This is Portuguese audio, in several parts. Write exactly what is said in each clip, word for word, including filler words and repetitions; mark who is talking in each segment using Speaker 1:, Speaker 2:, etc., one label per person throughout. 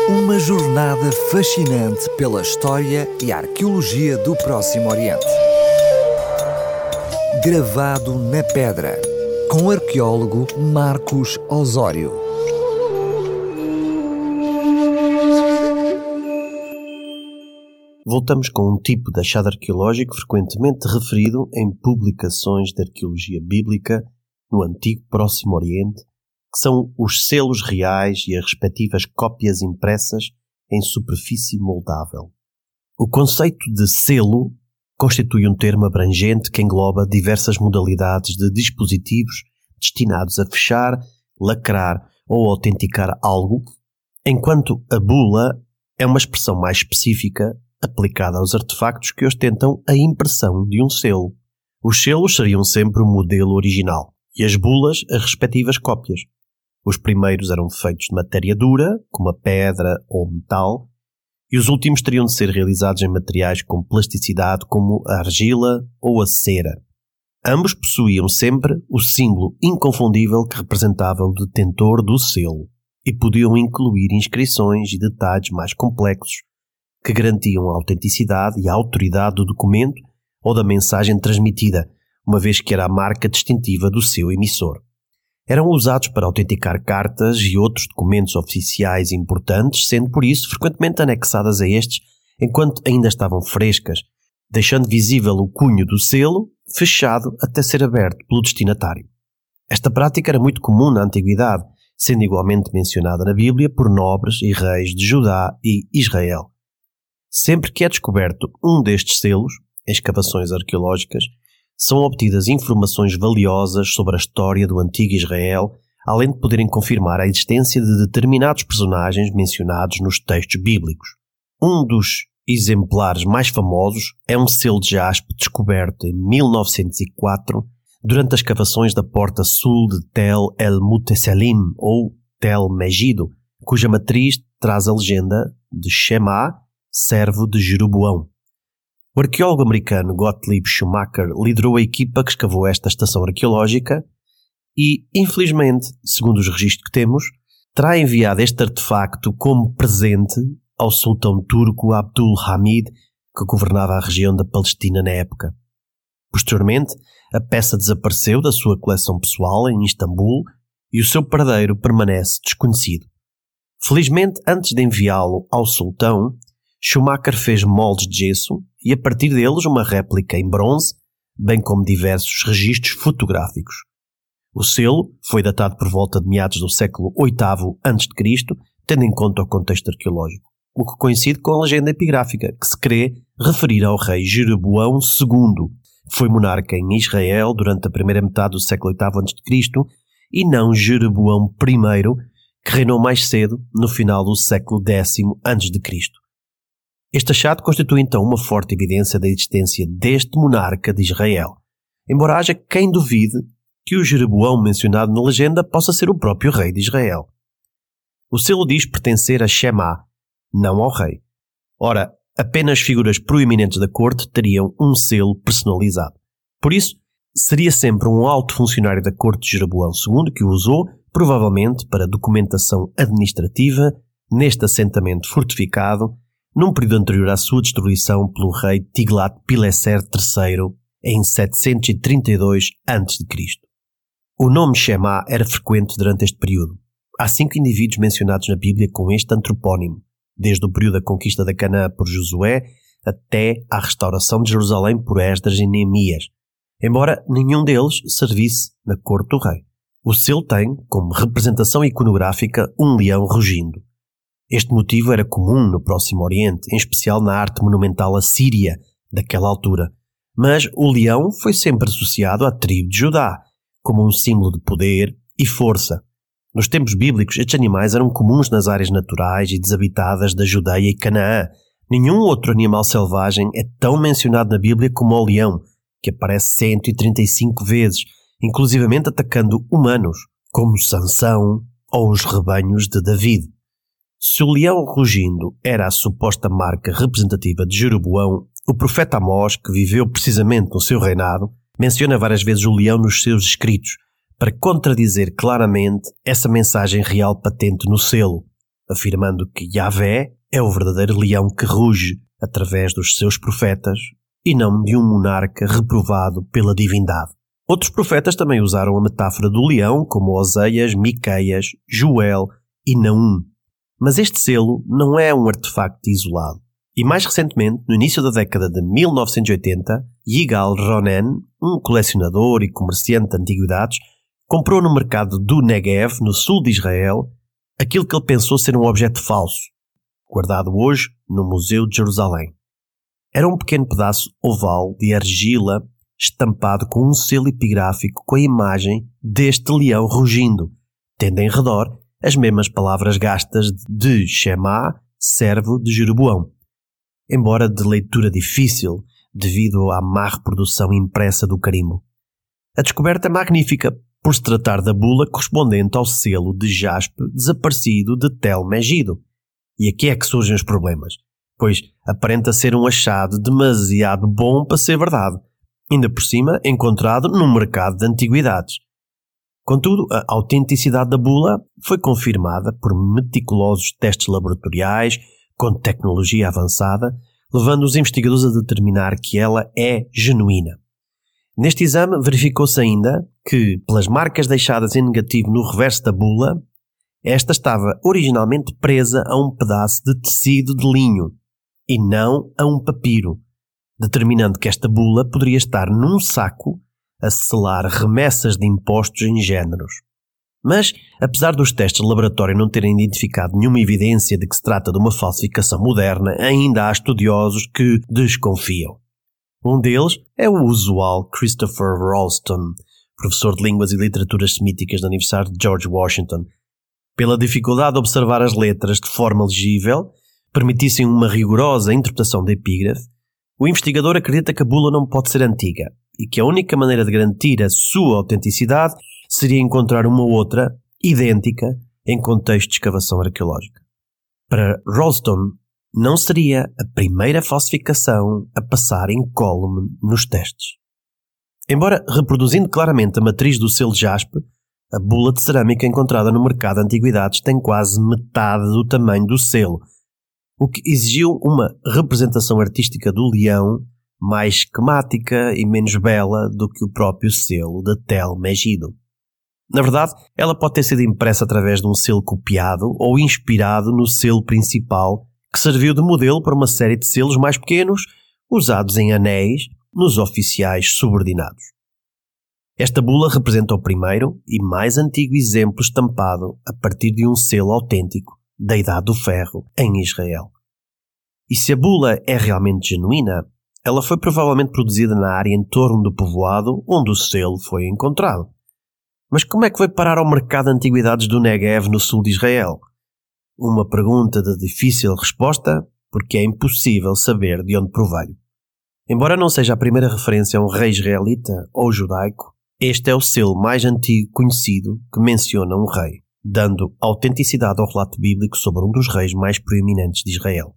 Speaker 1: Uma jornada fascinante pela história e arqueologia do Próximo Oriente. Gravado na pedra, com o arqueólogo Marcos Osório.
Speaker 2: Voltamos com um tipo de achado arqueológico frequentemente referido em publicações de arqueologia bíblica no antigo Próximo Oriente, que são os selos reais e as respectivas cópias impressas em superfície moldável. O conceito de selo constitui um termo abrangente que engloba diversas modalidades de dispositivos destinados a fechar, lacrar ou autenticar algo, enquanto a bula é uma expressão mais específica aplicada aos artefactos que ostentam a impressão de um selo. Os selos seriam sempre o modelo original e as bulas as respectivas cópias. Os primeiros eram feitos de matéria dura, como a pedra ou metal, e os últimos teriam de ser realizados em materiais com plasticidade, como a argila ou a cera. Ambos possuíam sempre o símbolo inconfundível que representava o detentor do selo, e podiam incluir inscrições e detalhes mais complexos que garantiam a autenticidade e a autoridade do documento ou da mensagem transmitida, uma vez que era a marca distintiva do seu emissor. Eram usados para autenticar cartas e outros documentos oficiais importantes, sendo por isso frequentemente anexadas a estes enquanto ainda estavam frescas, deixando visível o cunho do selo, fechado até ser aberto pelo destinatário. Esta prática era muito comum na Antiguidade, sendo igualmente mencionada na Bíblia por nobres e reis de Judá e Israel. Sempre que é descoberto um destes selos, em escavações arqueológicas, são obtidas informações valiosas sobre a história do antigo Israel, além de poderem confirmar a existência de determinados personagens mencionados nos textos bíblicos. Um dos exemplares mais famosos é um selo de jaspe descoberto em mil novecentos e quatro durante as escavações da porta sul de Tel El Muteselim, ou Tel Megido, cuja matriz traz a legenda de Shema, servo de Jeroboão. O arqueólogo americano Gottlieb Schumacher liderou a equipa que escavou esta estação arqueológica e, infelizmente, segundo os registros que temos, terá enviado este artefacto como presente ao sultão turco Abdul Hamid, que governava a região da Palestina na época. Posteriormente, a peça desapareceu da sua coleção pessoal em Istambul e o seu paradeiro permanece desconhecido. Felizmente, antes de enviá-lo ao sultão, Schumacher fez moldes de gesso e a partir deles uma réplica em bronze, bem como diversos registros fotográficos. O selo foi datado por volta de meados do século oitavo antes de Cristo, tendo em conta o contexto arqueológico, o que coincide com a legenda epigráfica, que se crê referir ao rei Jeroboão segundo, que foi monarca em Israel durante a primeira metade do século oitavo antes de Cristo, e não Jeroboão primeiro, que reinou mais cedo, no final do século décimo antes de Cristo. Este achado constitui então uma forte evidência da existência deste monarca de Israel, embora haja quem duvide que o Jeroboão mencionado na legenda possa ser o próprio rei de Israel. O selo diz pertencer a Shema, não ao rei. Ora, apenas figuras proeminentes da corte teriam um selo personalizado. Por isso, seria sempre um alto funcionário da corte de Jeroboão segundo que o usou, provavelmente para documentação administrativa, neste assentamento fortificado, num período anterior à sua destruição pelo rei Tiglat-Pileser terceiro em setecentos e trinta e dois antes de Cristo. O nome Shema era frequente durante este período. Há cinco indivíduos mencionados na Bíblia com este antropónimo, desde o período da conquista da Canaã por Josué até à restauração de Jerusalém por Esdras e Neemias, embora nenhum deles servisse na corte do rei. O selo tem, como representação iconográfica, um leão rugindo. Este motivo era comum no Próximo Oriente, em especial na arte monumental assíria daquela altura, mas o leão foi sempre associado à tribo de Judá, como um símbolo de poder e força. Nos tempos bíblicos, estes animais eram comuns nas áreas naturais e desabitadas da Judeia e Canaã. Nenhum outro animal selvagem é tão mencionado na Bíblia como o leão, que aparece cento e trinta e cinco vezes, inclusivamente atacando humanos, como Sansão ou os rebanhos de David. Se o leão rugindo era a suposta marca representativa de Jeroboão, o profeta Amós, que viveu precisamente no seu reinado, menciona várias vezes o leão nos seus escritos, para contradizer claramente essa mensagem real patente no selo. afirmando que Yahvé é o verdadeiro leão que ruge através dos seus profetas e não de um monarca reprovado pela divindade. Outros profetas também usaram a metáfora do leão, como Oseias, Miqueias, Joel e Naum. Mas este selo não é um artefacto isolado. E mais recentemente, no início da década de mil novecentos e oitenta, Yigal Ronen, um colecionador e comerciante de antiguidades, comprou no mercado do Negev, no sul de Israel, aquilo que ele pensou ser um objeto falso, guardado hoje no Museu de Jerusalém. Era um pequeno pedaço oval de argila estampado com um selo epigráfico com a imagem deste leão rugindo, tendo em redor as mesmas palavras gastas de Shema, servo de Jeroboão. Embora de leitura difícil devido à má reprodução impressa do carimbo. A descoberta é magnífica por se tratar da bula correspondente ao selo de jaspe desaparecido de Tel Megido. E aqui é que surgem os problemas, pois aparenta ser um achado demasiado bom para ser verdade, ainda por cima encontrado no mercado de antiguidades. Contudo, a autenticidade da bula foi confirmada por meticulosos testes laboratoriais com tecnologia avançada, levando os investigadores a determinar que ela é genuína. Neste exame verificou-se ainda que, pelas marcas deixadas em negativo no reverso da bula, esta estava originalmente presa a um pedaço de tecido de linho e não a um papiro, determinando que esta bula poderia estar num saco a selar remessas de impostos em géneros. Mas, apesar dos testes de laboratório não terem identificado nenhuma evidência de que se trata de uma falsificação moderna, ainda há estudiosos que desconfiam. Um deles é o usual Christopher Ralston, professor de Línguas e Literaturas Semíticas da Universidade de George Washington. Pela dificuldade de observar as letras de forma legível, permitissem uma rigorosa interpretação da epígrafe, o investigador acredita que a bula não pode ser antiga e que a única maneira de garantir a sua autenticidade seria encontrar uma outra, idêntica, em contexto de escavação arqueológica. Para Ralston, não seria a primeira falsificação a passar incólume nos testes. Embora reproduzindo claramente a matriz do selo jaspe, a bula de cerâmica encontrada no mercado de antiguidades tem quase metade do tamanho do selo, o que exigiu uma representação artística do leão mais esquemática e menos bela do que o próprio selo de Tel Megido. Na verdade, ela pode ter sido impressa através de um selo copiado ou inspirado no selo principal, que serviu de modelo para uma série de selos mais pequenos, usados em anéis nos oficiais subordinados. Esta bula representa o primeiro e mais antigo exemplo estampado a partir de um selo autêntico da Idade do Ferro em Israel. E se a bula é realmente genuína, ela foi provavelmente produzida na área em torno do povoado onde o selo foi encontrado. Mas como é que foi parar ao mercado de antiguidades do Negev no sul de Israel? Uma pergunta de difícil resposta, porque é impossível saber de onde proveio. Embora não seja a primeira referência a um rei israelita ou judaico, este é o selo mais antigo conhecido que menciona um rei, dando autenticidade ao relato bíblico sobre um dos reis mais proeminentes de Israel.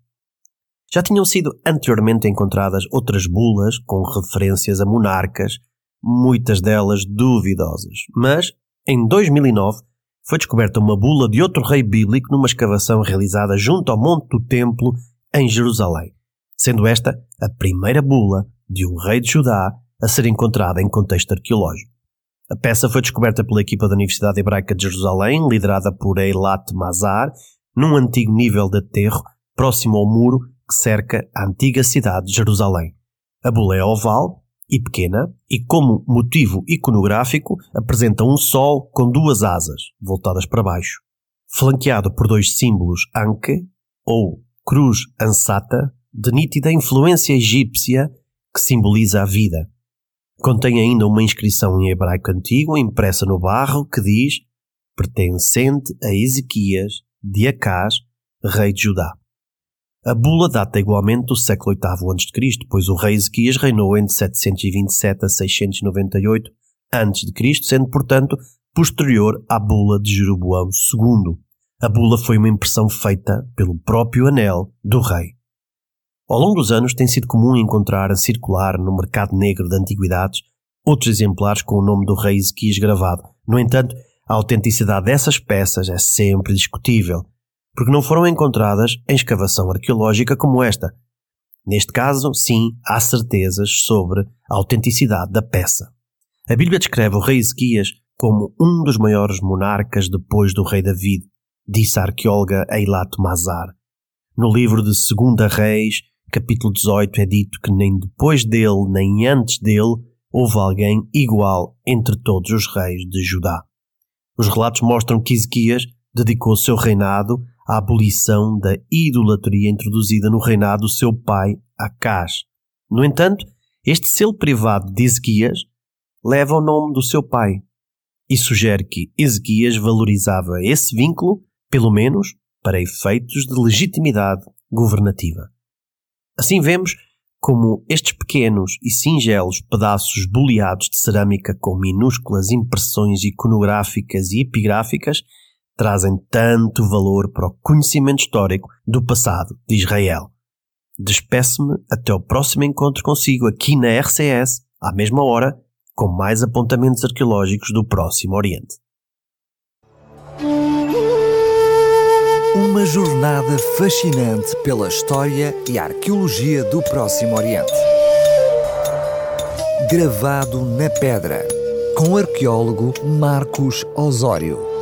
Speaker 2: Já tinham sido anteriormente encontradas outras bulas com referências a monarcas, muitas delas duvidosas, mas em dois mil e nove foi descoberta uma bula de outro rei bíblico numa escavação realizada junto ao Monte do Templo em Jerusalém, sendo esta a primeira bula de um rei de Judá a ser encontrada em contexto arqueológico. A peça foi descoberta pela equipa da Universidade Hebraica de Jerusalém, liderada por Eilat Mazar, num antigo nível de aterro próximo ao muro que cerca a antiga cidade de Jerusalém. A bula é oval e pequena e, como motivo iconográfico, apresenta um sol com duas asas, voltadas para baixo, flanqueado por dois símbolos Anke, ou cruz ansata, de nítida influência egípcia que simboliza a vida. Contém ainda uma inscrição em hebraico antigo, impressa no barro, que diz pertencente a Ezequias de Acás, rei de Judá. A bula data igualmente do século oitavo antes de Cristo, pois o rei Ezequias reinou entre setecentos e vinte e sete a seiscentos e noventa e oito antes de Cristo, sendo, portanto, posterior à bula de Jeroboão segundo. A bula foi uma impressão feita pelo próprio anel do rei. Ao longo dos anos tem sido comum encontrar a circular no mercado negro de antiguidades outros exemplares com o nome do rei Ezequias gravado. No entanto, a autenticidade dessas peças é sempre discutível, porque não foram encontradas em escavação arqueológica como esta. Neste caso, sim, há certezas sobre a autenticidade da peça. A Bíblia descreve o rei Ezequias como um dos maiores monarcas depois do rei David, disse a arqueóloga Eilat Mazar. No livro de Segunda Reis, capítulo dezoito, é dito que nem depois dele, nem antes dele, houve alguém igual entre todos os reis de Judá. Os relatos mostram que Ezequias dedicou o seu reinado à abolição da idolatria introduzida no reinado do seu pai Acaz. No entanto, este selo privado de Ezequias leva o nome do seu pai e sugere que Ezequias valorizava esse vínculo, pelo menos para efeitos de legitimidade governativa. Assim vemos como estes pequenos e singelos pedaços boleados de cerâmica com minúsculas impressões iconográficas e epigráficas trazem tanto valor para o conhecimento histórico do passado de Israel. Despeço-me até o próximo encontro consigo aqui na R C S, à mesma hora, com mais apontamentos arqueológicos do Próximo Oriente.
Speaker 1: Uma jornada fascinante pela história e arqueologia do Próximo Oriente. Gravado na pedra, com o arqueólogo Marcos Osório.